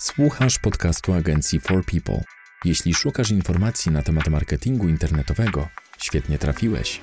Słuchasz podcastu agencji For People. Jeśli szukasz informacji na temat marketingu internetowego, świetnie trafiłeś.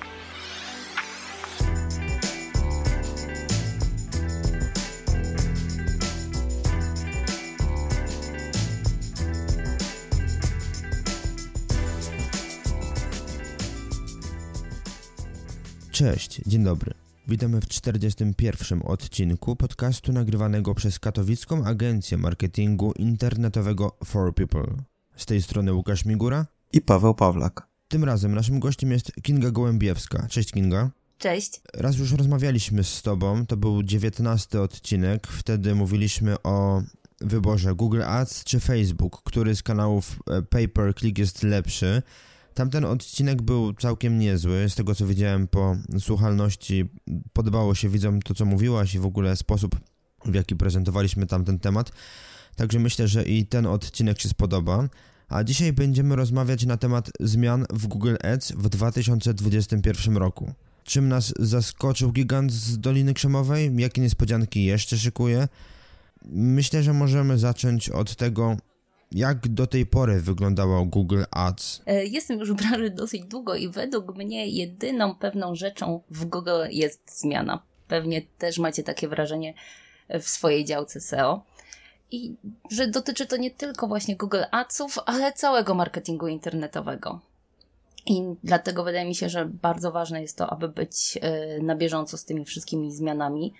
Cześć, dzień dobry. Witamy w 41. odcinku podcastu nagrywanego przez katowicką agencję marketingu internetowego For People. Z tej strony Łukasz Migura i Paweł Pawlak. Tym razem naszym gościem jest Kinga Gołębiewska. Cześć Kinga. Cześć. Raz już rozmawialiśmy z Tobą, to był 19 odcinek, wtedy mówiliśmy o wyborze Google Ads czy Facebook, który z kanałów pay-per-click jest lepszy. Tamten odcinek był całkiem niezły, z tego co widziałem po słuchalności podobało się widzom to co mówiłaś i w ogóle sposób w jaki prezentowaliśmy tamten temat, także myślę, że i ten odcinek się spodoba. A dzisiaj będziemy rozmawiać na temat zmian w Google Ads w 2021 roku. Czym nas zaskoczył gigant z Doliny Krzemowej? Jakie niespodzianki jeszcze szykuje? Myślę, że możemy zacząć od tego, jak do tej pory wyglądało Google Ads? Jestem już w branży dosyć długo i według mnie jedyną pewną rzeczą w Google jest zmiana. Pewnie też macie takie wrażenie w swojej działce SEO. I że dotyczy to nie tylko właśnie Google Adsów, ale całego marketingu internetowego. I dlatego wydaje mi się, że bardzo ważne jest to, aby być na bieżąco z tymi wszystkimi zmianami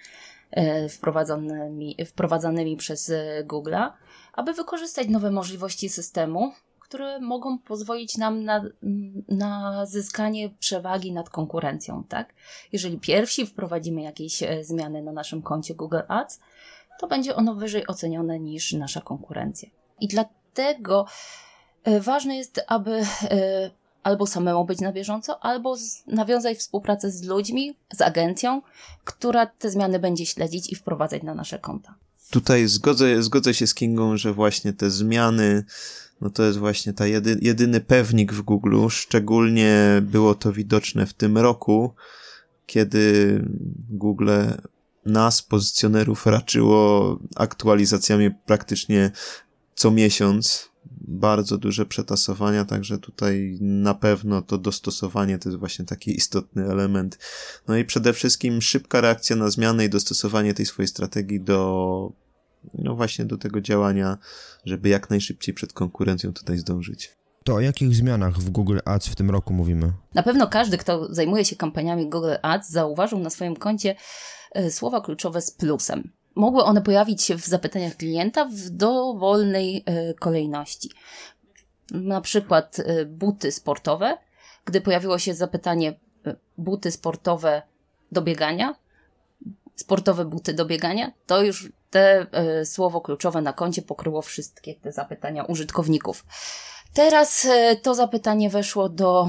wprowadzanymi przez Google'a, aby wykorzystać nowe możliwości systemu, które mogą pozwolić nam na zyskanie przewagi nad konkurencją, tak? Jeżeli pierwsi wprowadzimy jakieś zmiany na naszym koncie Google Ads, to będzie ono wyżej ocenione niż nasza konkurencja. I dlatego ważne jest, aby albo samemu być na bieżąco, albo nawiązać współpracę z ludźmi, z agencją, która te zmiany będzie śledzić i wprowadzać na nasze konta. Tutaj zgodzę się z Kingą, że właśnie te zmiany, no to jest właśnie ta jedyny pewnik w Google. Szczególnie było to widoczne w tym roku, kiedy Google nas, pozycjonerów, raczyło aktualizacjami praktycznie co miesiąc. Bardzo duże przetasowania, także tutaj na pewno to dostosowanie to jest właśnie taki istotny element. No i przede wszystkim szybka reakcja na zmiany i dostosowanie tej swojej strategii do tego działania, żeby jak najszybciej przed konkurencją tutaj zdążyć. To o jakich zmianach w Google Ads w tym roku mówimy? Na pewno każdy, kto zajmuje się kampaniami Google Ads, zauważył na swoim koncie słowa kluczowe z plusem. Mogły one pojawić się w zapytaniach klienta w dowolnej kolejności. Na przykład buty sportowe. Gdy pojawiło się zapytanie buty sportowe do biegania, sportowe buty do biegania, to już te słowo kluczowe na koncie pokryło wszystkie te zapytania użytkowników. Teraz to zapytanie weszło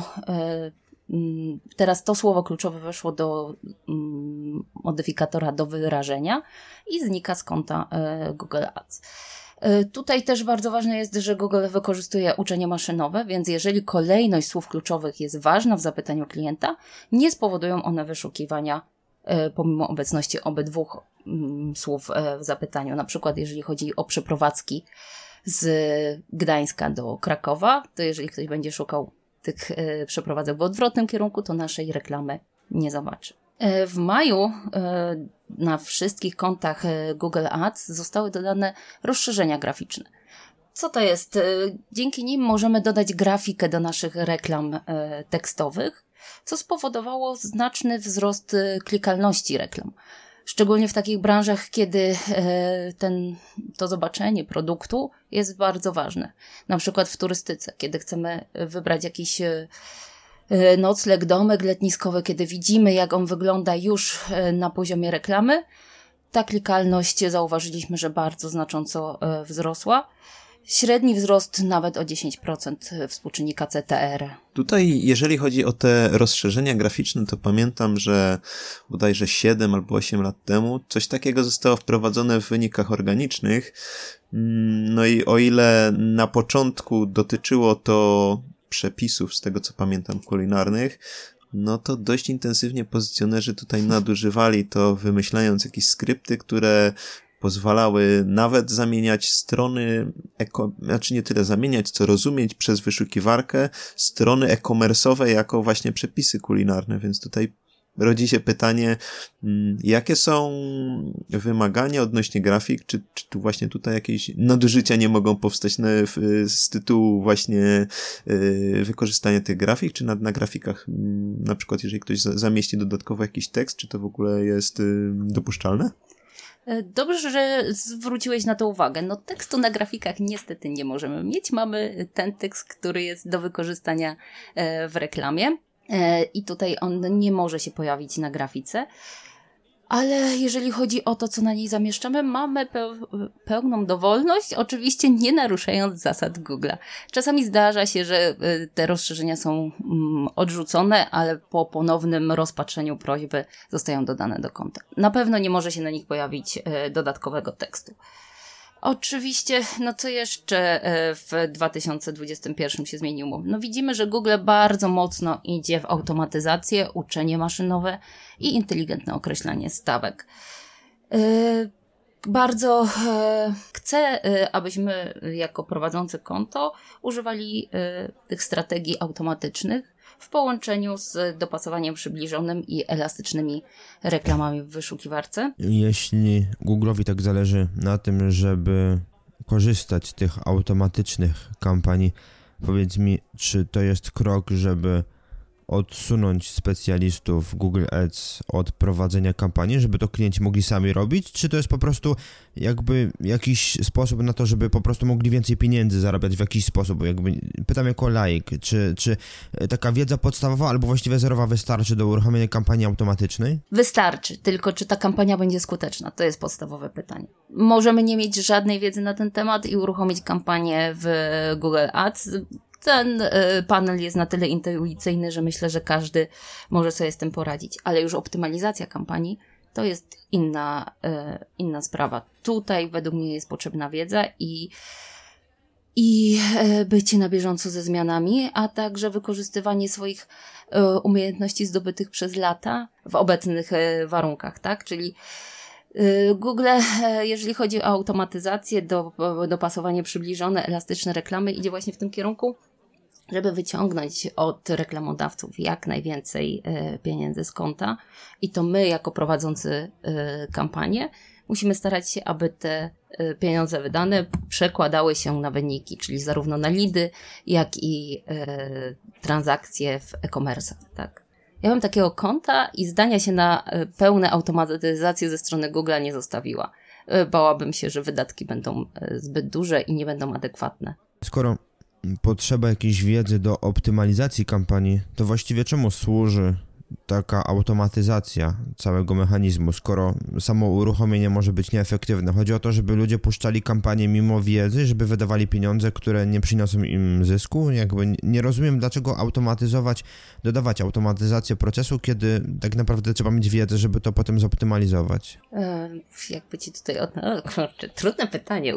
teraz to słowo kluczowe weszło do modyfikatora do wyrażenia i znika z konta Google Ads. Tutaj też bardzo ważne jest, że Google wykorzystuje uczenie maszynowe, więc jeżeli kolejność słów kluczowych jest ważna w zapytaniu klienta, nie spowodują one wyszukiwania pomimo obecności obydwu słów w zapytaniu. Na przykład jeżeli chodzi o przeprowadzki z Gdańska do Krakowa, to jeżeli ktoś będzie szukał tych przeprowadzek w odwrotnym kierunku, to naszej reklamy nie zobaczy. W maju na wszystkich kontach Google Ads zostały dodane rozszerzenia graficzne. Co to jest? Dzięki nim możemy dodać grafikę do naszych reklam tekstowych, co spowodowało znaczny wzrost klikalności reklam. Szczególnie w takich branżach, kiedy to zobaczenie produktu jest bardzo ważne. Na przykład w turystyce, kiedy chcemy wybrać jakiś nocleg, domek letniskowy, kiedy widzimy, jak on wygląda już na poziomie reklamy, ta klikalność zauważyliśmy, że bardzo znacząco wzrosła. Średni wzrost nawet o 10% współczynnika CTR. Tutaj, jeżeli chodzi o te rozszerzenia graficzne, to pamiętam, że bodajże 7 albo 8 lat temu coś takiego zostało wprowadzone w wynikach organicznych. No i o ile na początku dotyczyło to przepisów, z tego co pamiętam, kulinarnych, no to dość intensywnie pozycjonerzy tutaj nadużywali to, wymyślając jakieś skrypty, które pozwalały nawet zamieniać strony, znaczy nie tyle zamieniać, co rozumieć przez wyszukiwarkę strony e-commerce'owe jako właśnie przepisy kulinarne, więc tutaj rodzi się pytanie, jakie są wymagania odnośnie grafik, czy tu właśnie tutaj jakieś nadużycia nie mogą powstać z tytułu właśnie wykorzystania tych grafik, czy na grafikach, na przykład jeżeli ktoś zamieści dodatkowo jakiś tekst, czy to w ogóle jest dopuszczalne? Dobrze, że zwróciłeś na to uwagę. No tekstu na grafikach niestety nie możemy mieć. Mamy ten tekst, który jest do wykorzystania w reklamie. I tutaj on nie może się pojawić na grafice, ale jeżeli chodzi o to, co na niej zamieszczamy, mamy pełną dowolność, oczywiście nie naruszając zasad Google'a. Czasami zdarza się, że te rozszerzenia są odrzucone, ale po ponownym rozpatrzeniu prośby zostają dodane do konta. Na pewno nie może się na nich pojawić dodatkowego tekstu. Oczywiście, no co jeszcze w 2021 się zmieniło? No widzimy, że Google bardzo mocno idzie w automatyzację, uczenie maszynowe i inteligentne określanie stawek. Bardzo chcę, abyśmy jako prowadzący konto używali tych strategii automatycznych w połączeniu z dopasowaniem przybliżonym i elastycznymi reklamami w wyszukiwarce. Jeśli Google'owi tak zależy na tym, żeby korzystać z tych automatycznych kampanii, powiedz mi, czy to jest krok, żeby odsunąć specjalistów Google Ads od prowadzenia kampanii, żeby to klienci mogli sami robić, czy to jest po prostu jakby jakiś sposób na to, żeby po prostu mogli więcej pieniędzy zarabiać w jakiś sposób? Jakby pytam jako laik, czy taka wiedza podstawowa albo właściwie zerowa wystarczy do uruchomienia kampanii automatycznej? Wystarczy, tylko czy ta kampania będzie skuteczna? To jest podstawowe pytanie. Możemy nie mieć żadnej wiedzy na ten temat i uruchomić kampanię w Google Ads. Ten panel jest na tyle intuicyjny, że myślę, że każdy może sobie z tym poradzić. Ale już optymalizacja kampanii to jest inna sprawa. Tutaj według mnie jest potrzebna wiedza i bycie na bieżąco ze zmianami, a także wykorzystywanie swoich umiejętności zdobytych przez lata w obecnych warunkach, tak? Czyli Google, jeżeli chodzi o automatyzację, dopasowanie przybliżone, elastyczne reklamy, idzie właśnie w tym kierunku, żeby wyciągnąć od reklamodawców jak najwięcej pieniędzy z konta i to my jako prowadzący kampanię musimy starać się, aby te pieniądze wydane przekładały się na wyniki, czyli zarówno na lidy, jak i transakcje w e-commerce, tak. Ja bym takiego konta i zdania się na pełne automatyzację ze strony Google'a nie zostawiła. Bałabym się, że wydatki będą zbyt duże i nie będą adekwatne. Skoro potrzeba jakiejś wiedzy do optymalizacji kampanii, to właściwie czemu służy taka automatyzacja całego mechanizmu, skoro samo uruchomienie może być nieefektywne? Chodzi o to, żeby ludzie puszczali kampanię mimo wiedzy, żeby wydawali pieniądze, które nie przyniosą im zysku? Jakby nie rozumiem, dlaczego dodawać automatyzację procesu, kiedy tak naprawdę trzeba mieć wiedzę, żeby to potem zoptymalizować. Jakby ci tutaj trudne pytanie.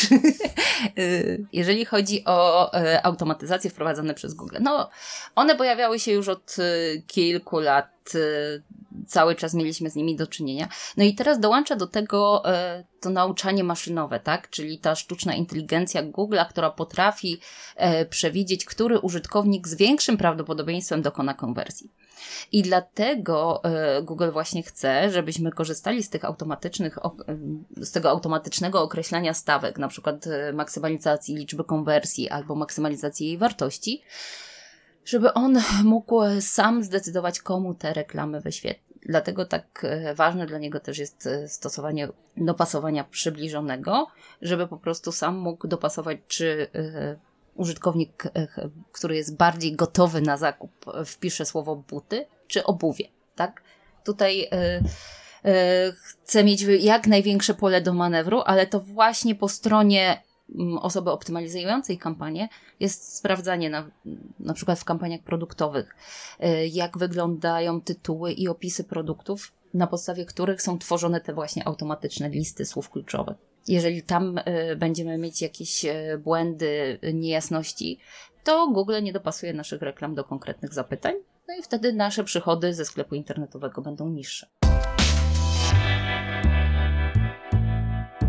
Jeżeli chodzi o automatyzacje wprowadzone przez Google, no one pojawiały się już od kilku lat, cały czas mieliśmy z nimi do czynienia. No i teraz dołącza do tego to nauczanie maszynowe, tak? Czyli ta sztuczna inteligencja Google'a, która potrafi przewidzieć, który użytkownik z większym prawdopodobieństwem dokona konwersji. I dlatego Google właśnie chce, żebyśmy korzystali z tego automatycznego określania stawek, na przykład maksymalizacji liczby konwersji albo maksymalizacji jej wartości, żeby on mógł sam zdecydować, komu te reklamy wyświetli. Dlatego tak ważne dla niego też jest stosowanie dopasowania przybliżonego, żeby po prostu sam mógł dopasować, czy użytkownik, który jest bardziej gotowy na zakup, wpisze słowo buty, czy obuwie, tak? Tutaj chcę mieć jak największe pole do manewru, ale to właśnie po stronie osoby optymalizującej kampanię jest sprawdzanie na przykład w kampaniach produktowych, jak wyglądają tytuły i opisy produktów, na podstawie których są tworzone te właśnie automatyczne listy słów kluczowych. Jeżeli tam będziemy mieć jakieś błędy, niejasności, to Google nie dopasuje naszych reklam do konkretnych zapytań, no i wtedy nasze przychody ze sklepu internetowego będą niższe.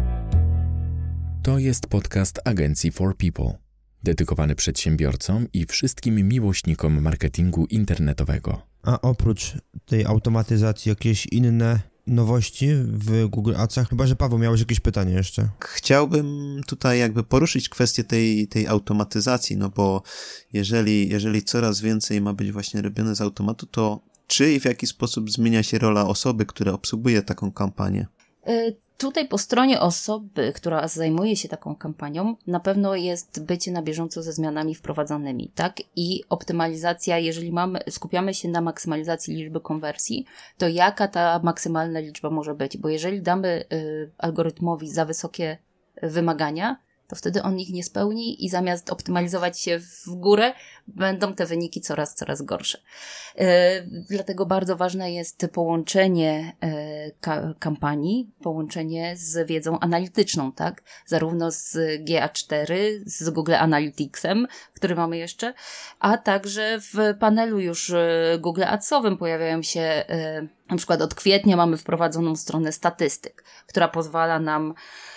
To jest podcast agencji For People, dedykowany przedsiębiorcom i wszystkim miłośnikom marketingu internetowego. A oprócz tej automatyzacji jakieś inne nowości w Google Adsach? Chyba że Paweł, miałeś jakieś pytanie jeszcze. Chciałbym tutaj jakby poruszyć kwestię tej automatyzacji, no bo jeżeli coraz więcej ma być właśnie robione z automatu, to czy i w jaki sposób zmienia się rola osoby, która obsługuje taką kampanię? Tutaj po stronie osoby, która zajmuje się taką kampanią, na pewno jest bycie na bieżąco ze zmianami wprowadzanymi, tak? I optymalizacja, jeżeli skupiamy się na maksymalizacji liczby konwersji, to jaka ta maksymalna liczba może być? Bo jeżeli damy algorytmowi za wysokie wymagania, to wtedy on ich nie spełni i zamiast optymalizować się w górę, będą te wyniki coraz gorsze. Dlatego bardzo ważne jest połączenie kampanii, połączenie z wiedzą analityczną, tak? Zarówno z GA4, z Google Analyticsem, który mamy jeszcze, a także w panelu już Google Adsowym pojawiają się, na przykład od kwietnia mamy wprowadzoną stronę statystyk, która pozwala nam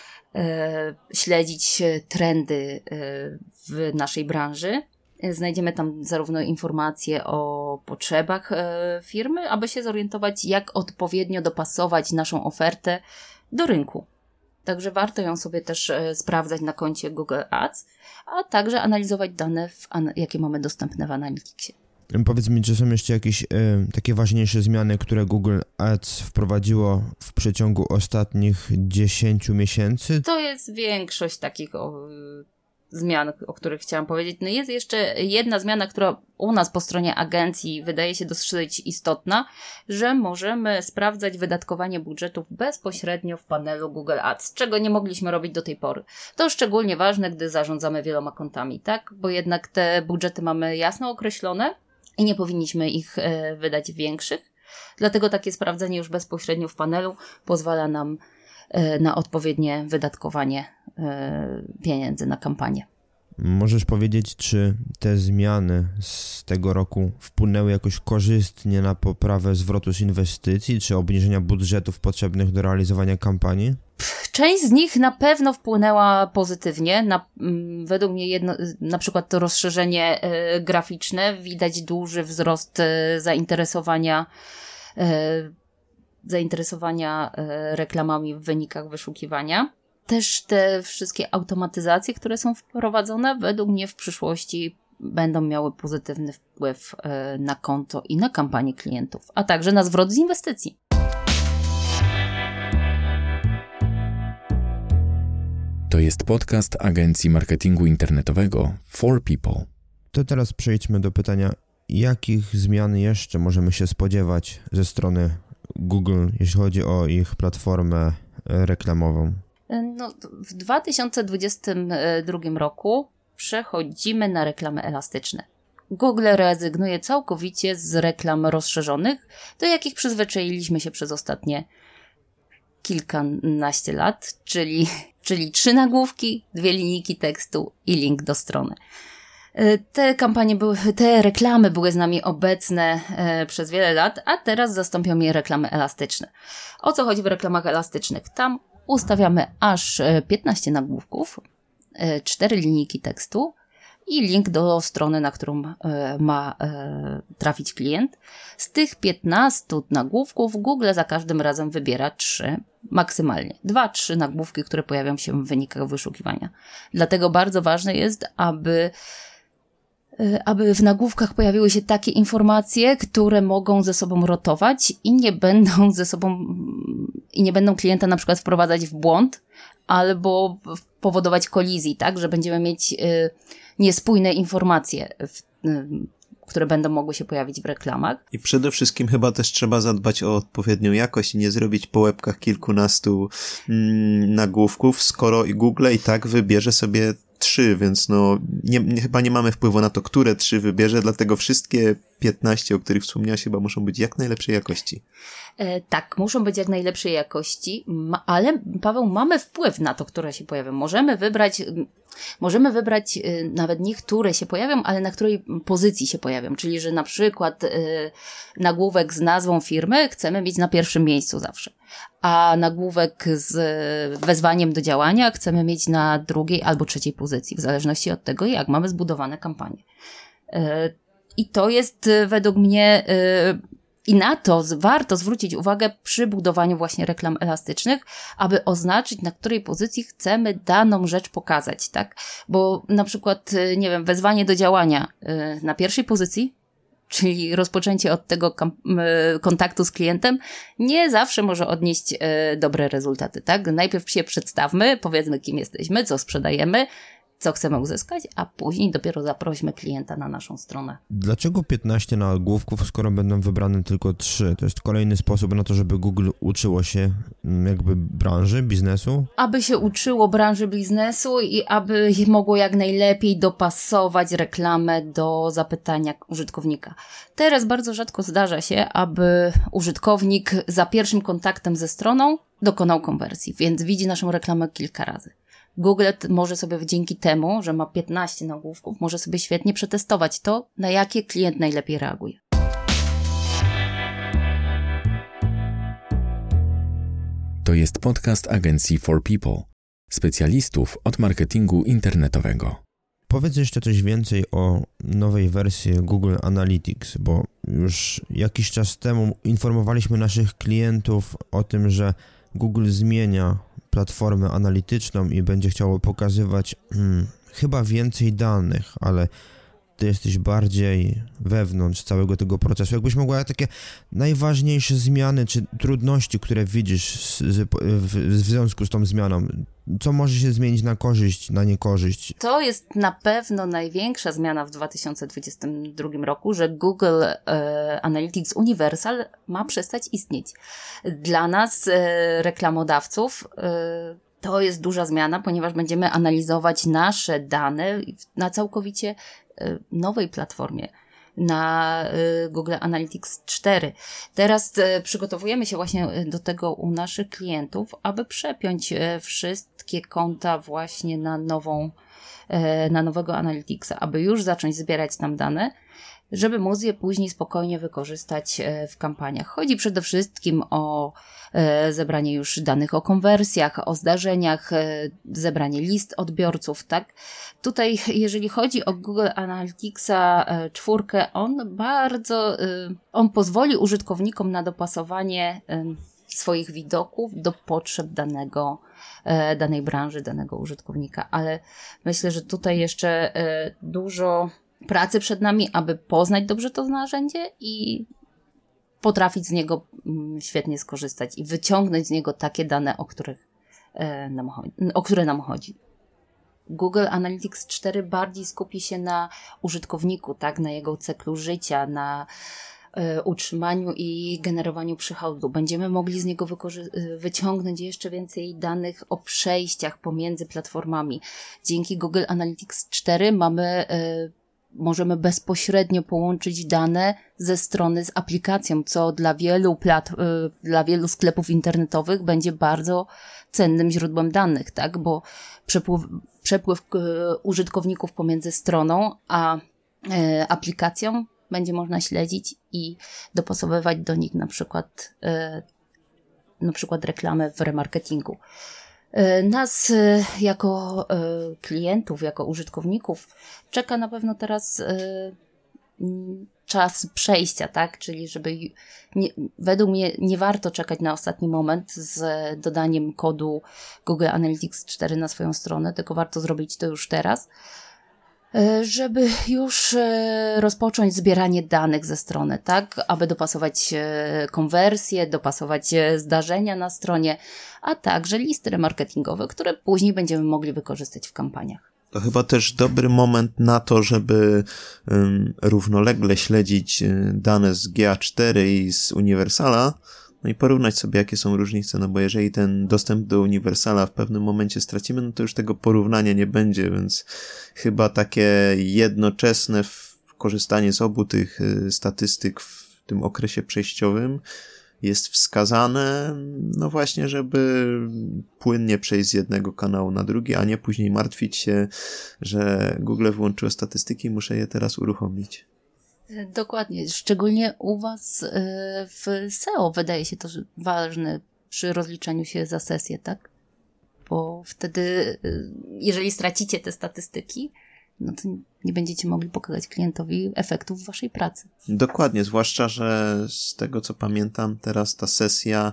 śledzić trendy w naszej branży. Znajdziemy tam zarówno informacje o potrzebach firmy, aby się zorientować, jak odpowiednio dopasować naszą ofertę do rynku. Także warto ją sobie też sprawdzać na koncie Google Ads, a także analizować dane, jakie mamy dostępne w Analyticsie. Powiedz mi, czy są jeszcze jakieś takie ważniejsze zmiany, które Google Ads wprowadziło w przeciągu ostatnich 10 miesięcy? To jest większość takich zmian, o których chciałam powiedzieć. No jest jeszcze jedna zmiana, która u nas po stronie agencji wydaje się dosyć istotna, że możemy sprawdzać wydatkowanie budżetów bezpośrednio w panelu Google Ads, czego nie mogliśmy robić do tej pory. To szczególnie ważne, gdy zarządzamy wieloma kontami, tak? Bo jednak te budżety mamy jasno określone i nie powinniśmy ich wydać większych. Dlatego takie sprawdzenie już bezpośrednio w panelu pozwala nam na odpowiednie wydatkowanie pieniędzy na kampanię. Możesz powiedzieć, czy te zmiany z tego roku wpłynęły jakoś korzystnie na poprawę zwrotu z inwestycji, czy obniżenia budżetów potrzebnych do realizowania kampanii? Część z nich na pewno wpłynęła pozytywnie. Według mnie na przykład to rozszerzenie graficzne, widać duży wzrost zainteresowania reklamami w wynikach wyszukiwania. Też te wszystkie automatyzacje, które są wprowadzone, według mnie w przyszłości będą miały pozytywny wpływ na konto i na kampanię klientów, a także na zwrot z inwestycji. To jest podcast agencji marketingu internetowego For People. To teraz przejdźmy do pytania, jakich zmian jeszcze możemy się spodziewać ze strony Google, jeśli chodzi o ich platformę reklamową? No, w 2022 roku przechodzimy na reklamy elastyczne. Google rezygnuje całkowicie z reklam rozszerzonych, do jakich przyzwyczailiśmy się przez ostatnie kilkanaście lat, czyli 3 nagłówki, 2 linijki tekstu i link do strony. Te reklamy były z nami obecne przez wiele lat, a teraz zastąpią je reklamy elastyczne. O co chodzi w reklamach elastycznych? Tam ustawiamy aż 15 nagłówków, 4 linijki tekstu i link do strony, na którą ma trafić klient. Z tych 15 nagłówków Google za każdym razem wybiera 3, maksymalnie 2-3 nagłówki, które pojawią się w wynikach wyszukiwania. Dlatego bardzo ważne jest, aby w nagłówkach pojawiły się takie informacje, które mogą ze sobą rotować i nie będą klienta na przykład wprowadzać w błąd albo powodować kolizji, tak, że będziemy mieć niespójne informacje, które będą mogły się pojawić w reklamach. I przede wszystkim chyba też trzeba zadbać o odpowiednią jakość i nie zrobić po łebkach kilkunastu nagłówków, skoro Google i tak wybierze sobie 3, więc chyba nie mamy wpływu na to, które 3 wybierze, dlatego wszystkie 15, o których wspomniałaś, chyba muszą być jak najlepszej jakości. Tak, muszą być jak najlepszej jakości, ale Paweł, mamy wpływ na to, które się pojawią. Możemy wybrać nawet nie, które się pojawią, ale na której pozycji się pojawią. Czyli, że na przykład nagłówek z nazwą firmy chcemy mieć na pierwszym miejscu zawsze. A nagłówek z wezwaniem do działania chcemy mieć na drugiej albo trzeciej pozycji, w zależności od tego, jak mamy zbudowane kampanie. I to jest według mnie... I na to warto zwrócić uwagę przy budowaniu właśnie reklam elastycznych, aby oznaczyć, na której pozycji chcemy daną rzecz pokazać, tak? Bo na przykład, nie wiem, wezwanie do działania na pierwszej pozycji, czyli rozpoczęcie od tego kontaktu z klientem, nie zawsze może odnieść dobre rezultaty, tak? Najpierw się przedstawmy, powiedzmy, kim jesteśmy, co sprzedajemy, co chcemy uzyskać, a później dopiero zaprośmy klienta na naszą stronę. Dlaczego 15 nagłówków, skoro będą wybrane tylko 3? To jest kolejny sposób na to, żeby Google uczyło się jakby branży, biznesu? Aby się uczyło branży biznesu i aby mogło jak najlepiej dopasować reklamę do zapytania użytkownika. Teraz bardzo rzadko zdarza się, aby użytkownik za pierwszym kontaktem ze stroną dokonał konwersji, więc widzi naszą reklamę kilka razy. Google może sobie dzięki temu, że ma 15 nagłówków, może sobie świetnie przetestować to, na jakie klient najlepiej reaguje. To jest podcast agencji For People, specjalistów od marketingu internetowego. Powiedz jeszcze coś więcej o nowej wersji Google Analytics, bo już jakiś czas temu informowaliśmy naszych klientów o tym, że Google zmienia platformę analityczną i będzie chciało pokazywać chyba więcej danych, ale ty jesteś bardziej wewnątrz całego tego procesu. Jakbyś mogła takie najważniejsze zmiany czy trudności, które widzisz w związku z tą zmianą, co może się zmienić na korzyść, na niekorzyść? To jest na pewno największa zmiana w 2022 roku, że Google Analytics Universal ma przestać istnieć. Dla nas, reklamodawców, to jest duża zmiana, ponieważ będziemy analizować nasze dane na całkowicie nowej platformie, na Google Analytics 4. Teraz przygotowujemy się właśnie do tego u naszych klientów, aby przepiąć wszystkie konta właśnie na nowego Analyticsa, aby już zacząć zbierać tam dane, żeby móc je później spokojnie wykorzystać w kampaniach. Chodzi przede wszystkim o zebranie już danych o konwersjach, o zdarzeniach, zebranie list odbiorców, tak? Tutaj, jeżeli chodzi o Google Analyticsa 4, on pozwoli użytkownikom na dopasowanie swoich widoków do potrzeb danej branży, danego użytkownika, ale myślę, że tutaj jeszcze dużo pracy przed nami, aby poznać dobrze to narzędzie i potrafić z niego świetnie skorzystać i wyciągnąć z niego takie dane, o które nam chodzi. Google Analytics 4 bardziej skupi się na użytkowniku, tak, na jego cyklu życia, na utrzymaniu i generowaniu przychodu. Będziemy mogli z niego wyciągnąć jeszcze więcej danych o przejściach pomiędzy platformami. Dzięki Google Analytics 4 możemy bezpośrednio połączyć dane ze strony z aplikacją, co dla wielu sklepów internetowych będzie bardzo cennym źródłem danych, tak? Bo przepływ użytkowników pomiędzy stroną a aplikacją będzie można śledzić i dopasowywać do nich na przykład reklamy w remarketingu. Nas jako klientów, jako użytkowników czeka na pewno teraz czas przejścia, tak? Czyli według mnie nie warto czekać na ostatni moment z dodaniem kodu Google Analytics 4 na swoją stronę, tylko warto zrobić to już teraz, żeby już rozpocząć zbieranie danych ze strony, tak, aby dopasować konwersje, dopasować zdarzenia na stronie, a także listy remarketingowe, które później będziemy mogli wykorzystać w kampaniach. To chyba też dobry moment na to, żeby równolegle śledzić dane z GA4 i z Universala, no i porównać sobie, jakie są różnice, no bo jeżeli ten dostęp do Universala w pewnym momencie stracimy, no to już tego porównania nie będzie, więc chyba takie jednoczesne korzystanie z obu tych statystyk w tym okresie przejściowym jest wskazane, no właśnie, żeby płynnie przejść z jednego kanału na drugi, a nie później martwić się, że Google wyłączyło statystyki i muszę je teraz uruchomić. Dokładnie, szczególnie u Was w SEO wydaje się to ważne przy rozliczaniu się za sesję, tak? Bo wtedy, jeżeli stracicie te statystyki, no to nie będziecie mogli pokazać klientowi efektów waszej pracy. Dokładnie, zwłaszcza, że z tego co pamiętam, teraz ta sesja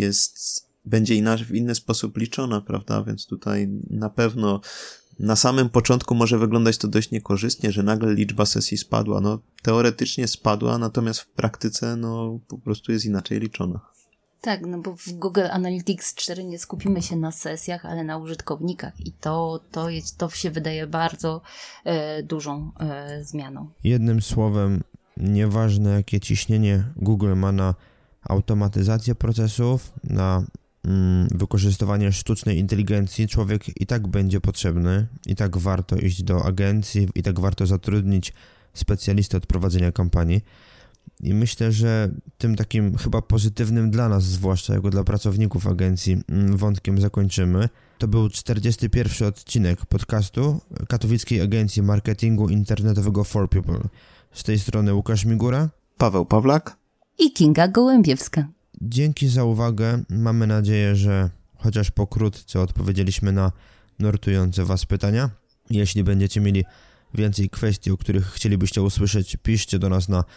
będzie w inny sposób liczona, prawda? Więc tutaj na pewno na samym początku może wyglądać to dość niekorzystnie, że nagle liczba sesji spadła. No teoretycznie spadła, natomiast w praktyce no po prostu jest inaczej liczona. Tak, no bo w Google Analytics 4 nie skupimy się na sesjach, ale na użytkownikach i to się wydaje bardzo dużą zmianą. Jednym słowem, nieważne jakie ciśnienie Google ma na automatyzację procesów, na wykorzystywanie sztucznej inteligencji, człowiek i tak będzie potrzebny, i tak warto iść do agencji, i tak warto zatrudnić specjalistę od prowadzenia kampanii. I myślę, że tym takim chyba pozytywnym dla nas, zwłaszcza jako dla pracowników agencji, wątkiem zakończymy. To był 41. odcinek podcastu katowickiej agencji marketingu internetowego For People. Z tej strony Łukasz Migura, Paweł Pawlak i Kinga Gołębiewska. Dzięki za uwagę. Mamy nadzieję, że chociaż pokrótce odpowiedzieliśmy na nurtujące Was pytania. Jeśli będziecie mieli więcej kwestii, o których chcielibyście usłyszeć, piszcie do nas na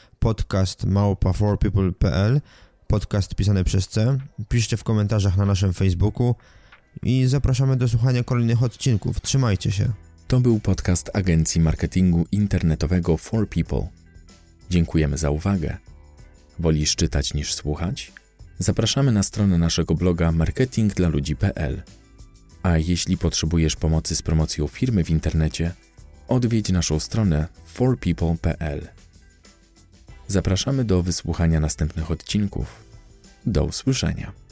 podcast@forpeople.pl, podcast pisany przez C. Piszcie w komentarzach na naszym Facebooku i zapraszamy do słuchania kolejnych odcinków. Trzymajcie się. To był podcast agencji marketingu internetowego For People. Dziękujemy za uwagę. Wolisz czytać niż słuchać? Zapraszamy na stronę naszego bloga marketingdlaludzi.pl. A jeśli potrzebujesz pomocy z promocją firmy w internecie, odwiedź naszą stronę forpeople.pl. Zapraszamy do wysłuchania następnych odcinków. Do usłyszenia.